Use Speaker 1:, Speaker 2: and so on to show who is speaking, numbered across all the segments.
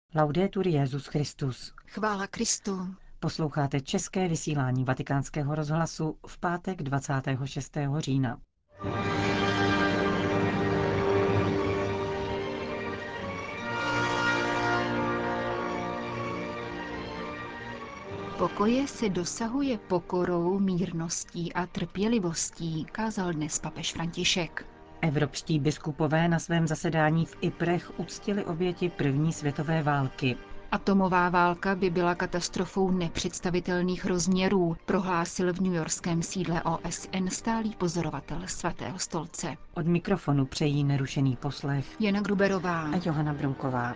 Speaker 1: Laudetur Jesus Christus.
Speaker 2: Chvála Kristu.
Speaker 1: Posloucháte české vysílání Vatikánského rozhlasu v pátek 26. října.
Speaker 2: Pokoje se dosahuje pokorou, mírností a trpělivostí, kázal dnes papež František.
Speaker 1: Evropští biskupové na svém zasedání v Yprech uctili oběti první světové války.
Speaker 2: Atomová válka by byla katastrofou nepředstavitelných rozměrů, prohlásil v newyorském sídle OSN stálý pozorovatel Svatého stolce.
Speaker 1: Od mikrofonu přejí nerušený poslech
Speaker 2: Jana Gruberová
Speaker 1: a Johana Bronková.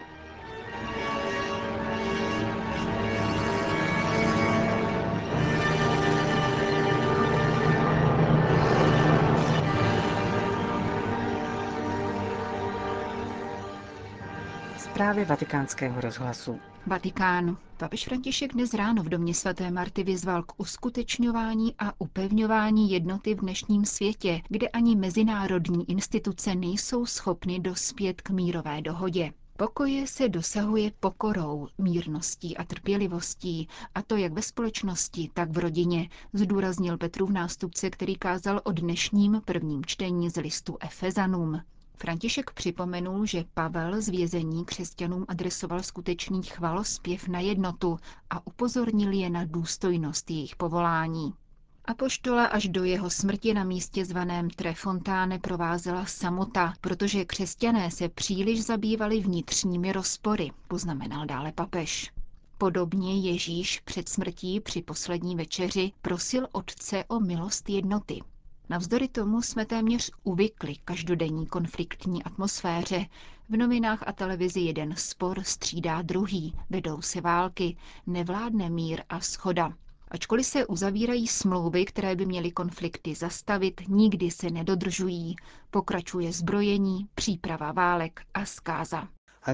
Speaker 1: Zprávy Vatikánského rozhlasu.
Speaker 2: Vatikán. Papež František dnes ráno v domě svaté Marty vyzval k uskutečňování a upevňování jednoty v dnešním světě, kde ani mezinárodní instituce nejsou schopny dospět k mírové dohodě. Pokoje se dosahuje pokorou, mírností a trpělivostí, a to jak ve společnosti, tak v rodině, zdůraznil Petrův nástupce, který kázal o dnešním prvním čtení z listu Efezanům. František připomenul, že Pavel z vězení křesťanům adresoval skutečný chvalospěv na jednotu a upozornil je na důstojnost jejich povolání. Apoštola až do jeho smrti na místě zvaném Trefontáne provázela samota, protože křesťané se příliš zabývali vnitřními rozpory, poznamenal dále papež. Podobně Ježíš před smrtí při poslední večeři prosil Otce o milost jednoty. Navzdory tomu jsme téměř uvykli každodenní konfliktní atmosféře. V novinách a televizi jeden spor střídá druhý, vedou se války, nevládne mír a shoda. Ačkoliv se uzavírají smlouvy, které by měly konflikty zastavit, nikdy se nedodržují. Pokračuje zbrojení, příprava válek a zkáza.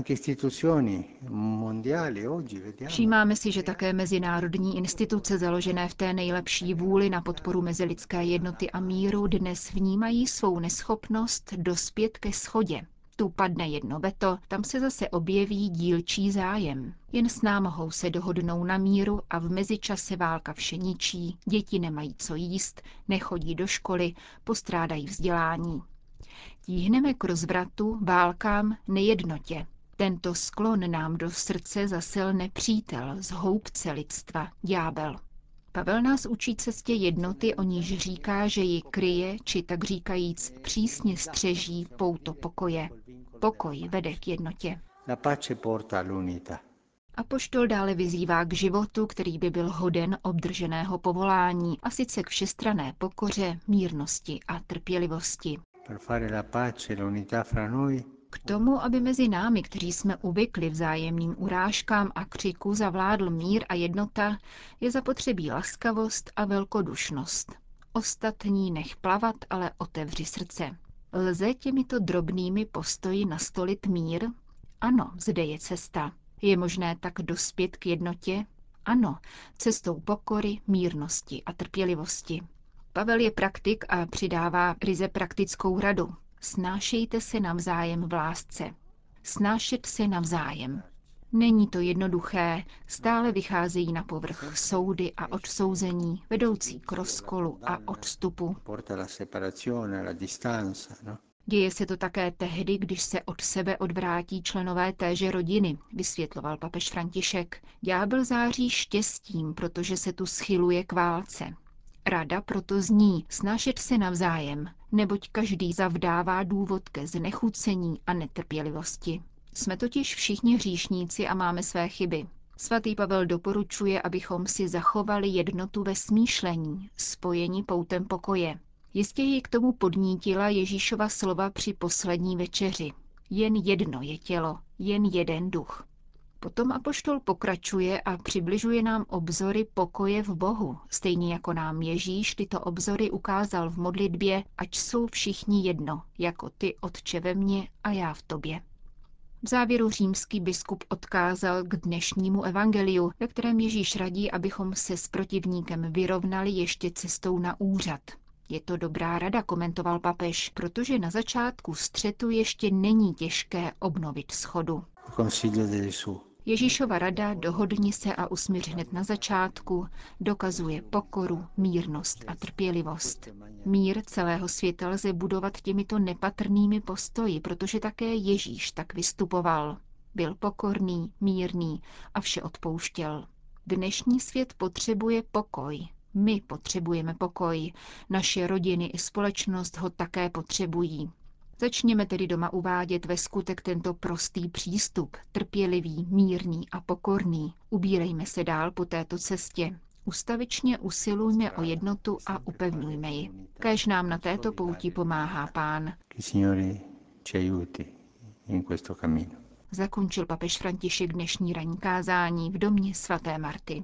Speaker 2: Všímáme si, že také mezinárodní instituce založené v té nejlepší vůli na podporu mezilidské jednoty a míru dnes vnímají svou neschopnost dospět ke shodě. Tu padne jedno veto, tam se zase objeví dílčí zájem. Jen s námahou se dohodnou na míru a v mezičase válka vše ničí, děti nemají co jíst, nechodí do školy, postrádají vzdělání. Tíhneme k rozvratu, válkám, nejednotě. Tento sklon nám do srdce zasel nepřítel z houbce lidstva, ďábel. Pavel nás učí cestě jednoty, o níž říká, že ji kryje, či tak říkajíc přísně střeží pouto pokoje. Pokoj vede k jednotě. Apoštol dále vyzývá k životu, který by byl hoden obdrženého povolání, a sice k všestranné pokoře, mírnosti a trpělivosti. K tomu, aby mezi námi, kteří jsme uvykli vzájemným urážkám a křiku, zavládl mír a jednota, je zapotřebí laskavost a velkodušnost. Ostatní nech plavat, ale otevři srdce. Lze těmito drobnými postoji nastolit mír? Ano, zde je cesta. Je možné tak dospět k jednotě? Ano, cestou pokory, mírnosti a trpělivosti. Pavel je praktik a přidává ryze praktickou radu. Snášejte se navzájem v lásce. Snášet se navzájem. Není to jednoduché, stále vycházejí na povrch soudy a odsouzení, vedoucí k rozkolu a odstupu. Děje se to také tehdy, když se od sebe odvrátí členové téže rodiny, vysvětloval papež František. Ďábel září štěstím, protože se tu schyluje k válce. Rada proto zní snášet se navzájem, neboť každý zavdává důvod ke znechucení a netrpělivosti. Jsme totiž všichni hříšníci a máme své chyby. Svatý Pavel doporučuje, abychom si zachovali jednotu ve smýšlení, spojení poutem pokoje. Jistě ji k tomu podnítila Ježíšova slova při poslední večeři. Jen jedno je tělo, jen jeden duch. Potom apoštol pokračuje a přibližuje nám obzory pokoje v Bohu, stejně jako nám Ježíš tyto obzory ukázal v modlitbě, ať jsou všichni jedno, jako ty, Otče, ve mně a já v tobě. V závěru římský biskup odkázal k dnešnímu evangeliu, ve kterém Ježíš radí, abychom se s protivníkem vyrovnali ještě cestou na úřad. Je to dobrá rada, komentoval papež, protože na začátku střetu ještě není těžké obnovit shodu. Ježíšova rada dohodni se a usmíř hned na začátku dokazuje pokoru, mírnost a trpělivost. Mír celého světa lze budovat těmito nepatrnými postoji, protože také Ježíš tak vystupoval. Byl pokorný, mírný a vše odpouštěl. Dnešní svět potřebuje pokoj. My potřebujeme pokoj. Naše rodiny i společnost ho také potřebují. Začněme tedy doma uvádět ve skutek tento prostý přístup, trpělivý, mírný a pokorný. Ubírejme se dál po této cestě. Ustavičně usilujme o jednotu a upevňujme ji. Kéž nám na této pouti pomáhá Pán. Zakončil papež František dnešní ranní kázání v domě svaté Marty.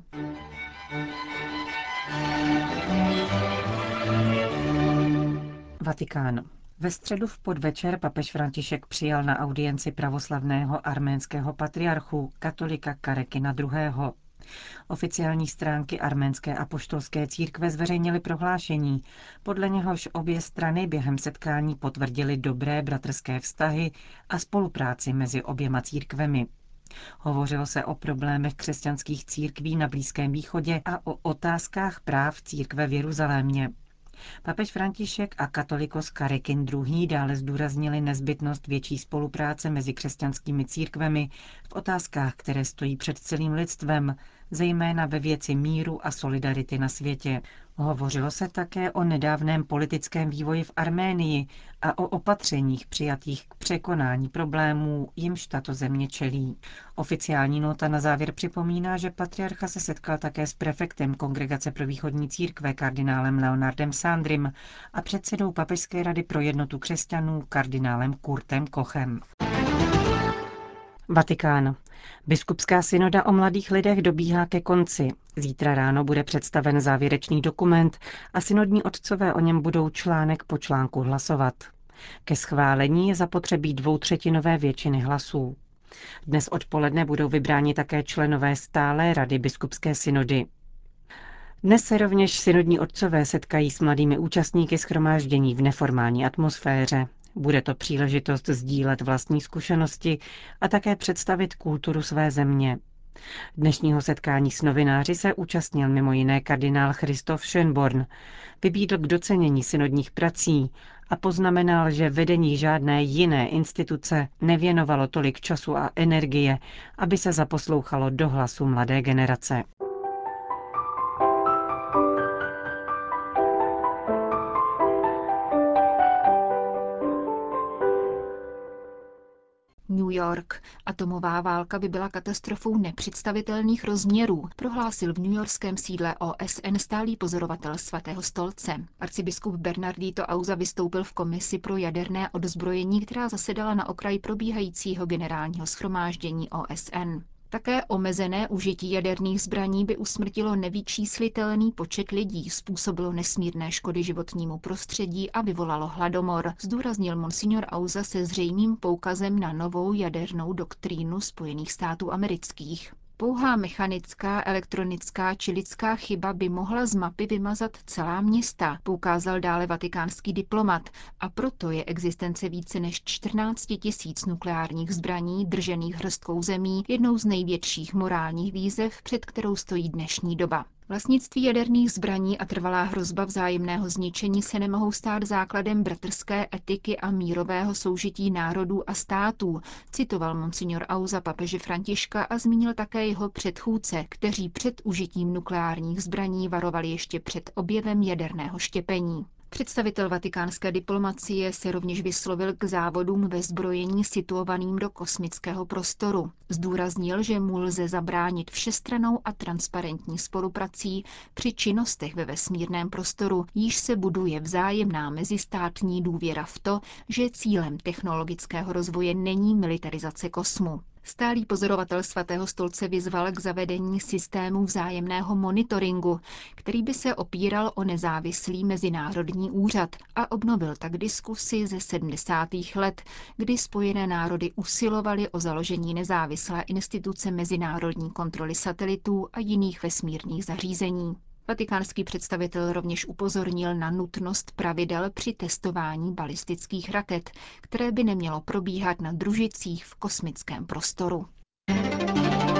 Speaker 1: Vatikán. Ve středu v podvečer papež František přijal na audienci pravoslavného arménského patriarchu, katolika Karekina II. Oficiální stránky arménské apoštolské církve zveřejnily prohlášení, podle něhož obě strany během setkání potvrdily dobré bratrské vztahy a spolupráci mezi oběma církvemi. Hovořilo se o problémech křesťanských církví na Blízkém východě a o otázkách práv církve v Jeruzalémě. Papež František a katolikos Karekin II. Dále zdůraznili nezbytnost větší spolupráce mezi křesťanskými církvemi v otázkách, které stojí před celým lidstvem, zejména ve věci míru a solidarity na světě. Hovořilo se také o nedávném politickém vývoji v Arménii a o opatřeních přijatých k překonání problémů, jimž tato země čelí. Oficiální nota na závěr připomíná, že patriarcha se setkal také s prefektem Kongregace pro východní církve kardinálem Leonardem Sandrim a předsedou Papežské rady pro jednotu křesťanů kardinálem Kurtem Kochem. Vatikán. Biskupská synoda o mladých lidech dobíhá ke konci. Zítra ráno bude představen závěrečný dokument a synodní otcové o něm budou článek po článku hlasovat. Ke schválení je zapotřebí 2/3 většiny hlasů. Dnes odpoledne budou vybráni také členové stálé rady biskupské synody. Dnes se rovněž synodní otcové setkají s mladými účastníky shromáždění v neformální atmosféře. Bude to příležitost sdílet vlastní zkušenosti a také představit kulturu své země. Dnešního setkání s novináři se účastnil mimo jiné kardinál Christoph Schönborn. Vybídl k docenění synodních prací a poznamenal, že vedení žádné jiné instituce nevěnovalo tolik času a energie, aby se zaposlouchalo do hlasu mladé generace.
Speaker 2: New York. Atomová válka by byla katastrofou nepředstavitelných rozměrů, prohlásil v newyorském sídle OSN stálý pozorovatel Svatého stolce. Arcibiskup Bernardito Auza vystoupil v komisi pro jaderné odzbrojení, která zasedala na okraji probíhajícího generálního shromáždění OSN. Také omezené užití jaderných zbraní by usmrtilo nevyčíslitelný počet lidí, způsobilo nesmírné škody životnímu prostředí a vyvolalo hladomor, zdůraznil monsignor Auza se zřejmým poukazem na novou jadernou doktrínu Spojených států amerických. Pouhá mechanická, elektronická či lidská chyba by mohla z mapy vymazat celá města, poukázal dále vatikánský diplomat, a proto je existence více než 14 000 nukleárních zbraní držených hrstkou zemí jednou z největších morálních výzev, před kterou stojí dnešní doba. Vlastnictví jaderných zbraní a trvalá hrozba vzájemného zničení se nemohou stát základem bratrské etiky a mírového soužití národů a států, citoval monsignor Auza papeže Františka a zmínil také jeho předchůdce, kteří před užitím nukleárních zbraní varovali ještě před objevem jaderného štěpení. Představitel vatikánské diplomacie se rovněž vyslovil k závodům ve zbrojení situovaným do kosmického prostoru. Zdůraznil, že mu lze zabránit všestrannou a transparentní spoluprací při činnostech ve vesmírném prostoru, jíž se buduje vzájemná mezistátní důvěra v to, že cílem technologického rozvoje není militarizace kosmu. Stálý pozorovatel Svatého stolce vyzval k zavedení systému vzájemného monitoringu, který by se opíral o nezávislý mezinárodní úřad a obnovil tak diskusi ze 70. let, kdy Spojené národy usilovaly o založení nezávislé instituce mezinárodní kontroly satelitů a jiných vesmírných zařízení. Vatikánský představitel rovněž upozornil na nutnost pravidel při testování balistických raket, které by nemělo probíhat na družicích v kosmickém prostoru.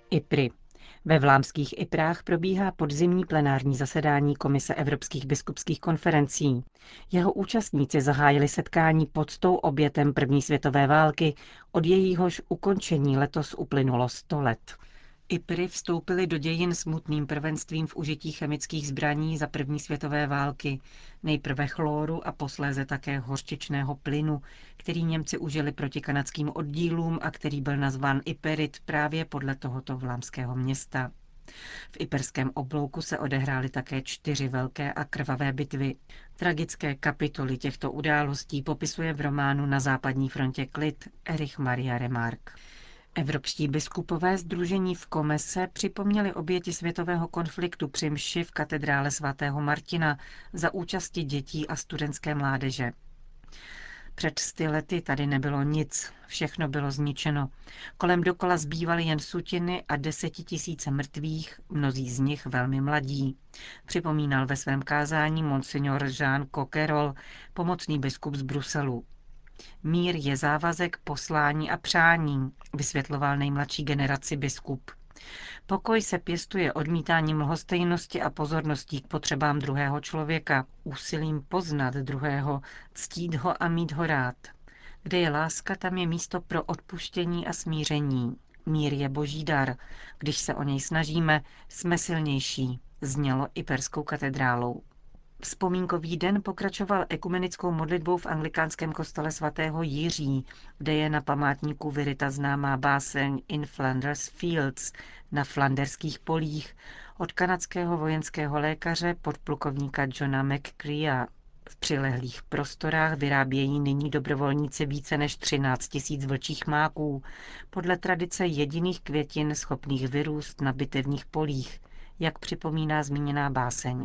Speaker 1: Ypry. Ve vlámských Yprách probíhá podzimní plenární zasedání Komise Evropských biskupských konferencí. Jeho účastníci zahájili setkání poctou obětem první světové války, od jejíhož ukončení letos uplynulo 100 let. Ypry vstoupily do dějin smutným prvenstvím v užití chemických zbraní za první světové války, nejprve chloru a posléze také hořčičného plynu, který Němci užili proti kanadským oddílům a který byl nazván Yperit právě podle tohoto vlámského města. V Yperském oblouku se odehrály také 4 velké a krvavé bitvy. Tragické kapitoly těchto událostí popisuje v románu Na západní frontě klid Erich Maria Remarque. Evropští biskupové sdružení v Komese připomněli oběti světového konfliktu při mši v katedrále svatého Martina za účasti dětí a studentské mládeže. Před 100 lety tady nebylo nic, všechno bylo zničeno. Kolem dokola zbývaly jen sutiny a 10 000 mrtvých, mnozí z nich velmi mladí. Připomínal ve svém kázání monsignor Jean Coquerol, pomocný biskup z Bruselu. Mír je závazek, poslání a přání, vysvětloval nejmladší generaci biskup. Pokoj se pěstuje odmítáním lhostejnosti a pozorností k potřebám druhého člověka, úsilím poznat druhého, ctít ho a mít ho rád. Kde je láska, tam je místo pro odpuštění a smíření. Mír je boží dar. Když se o něj snažíme, jsme silnější, znělo Yperskou katedrálou. Vzpomínkový den pokračoval ekumenickou modlitbou v anglikánském kostele svatého Jiří, kde je na památníku vyryta známá báseň In Flanders Fields, na flanderských polích, od kanadského vojenského lékaře podplukovníka Johna McCrea. V přilehlých prostorách vyrábějí nyní dobrovolníci více než 13 000 vlčích máků, podle tradice jediných květin schopných vyrůst na bitevních polích, jak připomíná zmíněná báseň.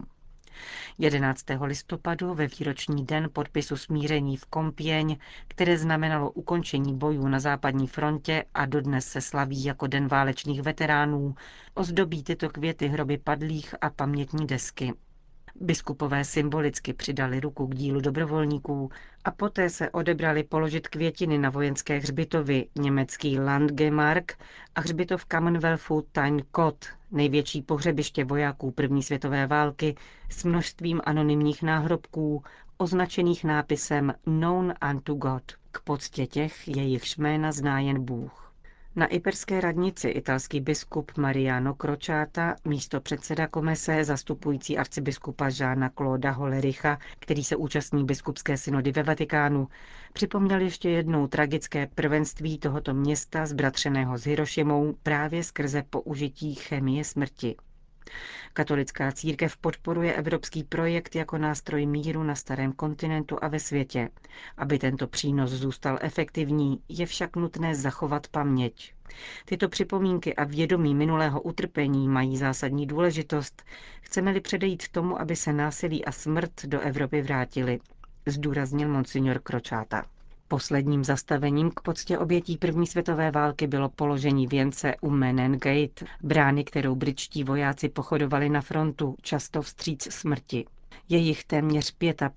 Speaker 1: 11. listopadu ve výroční den podpisu smíření v Compiègne, které znamenalo ukončení bojů na západní frontě a dodnes se slaví jako Den válečných veteránů, ozdobí tyto květy hroby padlých a pamětní desky. Biskupové symbolicky přidali ruku k dílu dobrovolníků a poté se odebrali položit květiny na vojenské hřbitovy německý Landgemark a hřbitov Commonwealthu Tyne Cot, největší pohřebiště vojáků první světové války s množstvím anonymních náhrobků, označených nápisem Known unto God, k poctě těch, jejichž jména zná jen Bůh. Na Yperské radnici italský biskup Mariano Crociata, místopředseda Komese zastupující arcibiskupa Jeana Clauda Hollericha, který se účastní biskupské synody ve Vatikánu, připomněl ještě jednou tragické prvenství tohoto města zbratřeného s Hirošimou právě skrze použití chemie smrti. Katolická církev podporuje evropský projekt jako nástroj míru na starém kontinentu a ve světě. Aby tento přínos zůstal efektivní, je však nutné zachovat paměť. Tyto připomínky a vědomí minulého utrpení mají zásadní důležitost, chceme-li předejít tomu, aby se násilí a smrt do Evropy vrátily, zdůraznil monsignor Crociata. Posledním zastavením k poctě obětí první světové války bylo položení věnce u Menin Gate, brány, kterou britští vojáci pochodovali na frontu, často vstříc smrti. Je jich téměř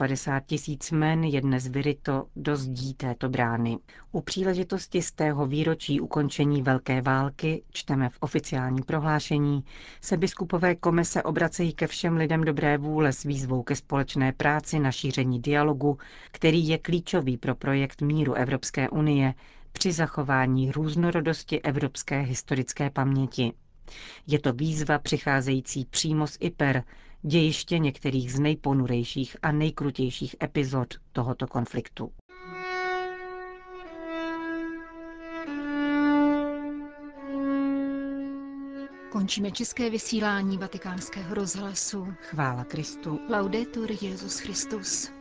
Speaker 1: 55 000 men je dnes vyryto do zdí této brány. U příležitosti 100. výročí ukončení Velké války, čteme v oficiálním prohlášení, se biskupové Komese obracejí ke všem lidem dobré vůle s výzvou ke společné práci na šíření dialogu, který je klíčový pro projekt míru Evropské unie při zachování různorodosti evropské historické paměti. Je to výzva přicházející přímo z Yper, dějiště některých z nejponurejších a nejkrutějších epizod tohoto konfliktu.
Speaker 2: Končíme české vysílání Vatikánského rozhlasu.
Speaker 1: Chvála Kristu.
Speaker 2: Laudetur Jesus Christus.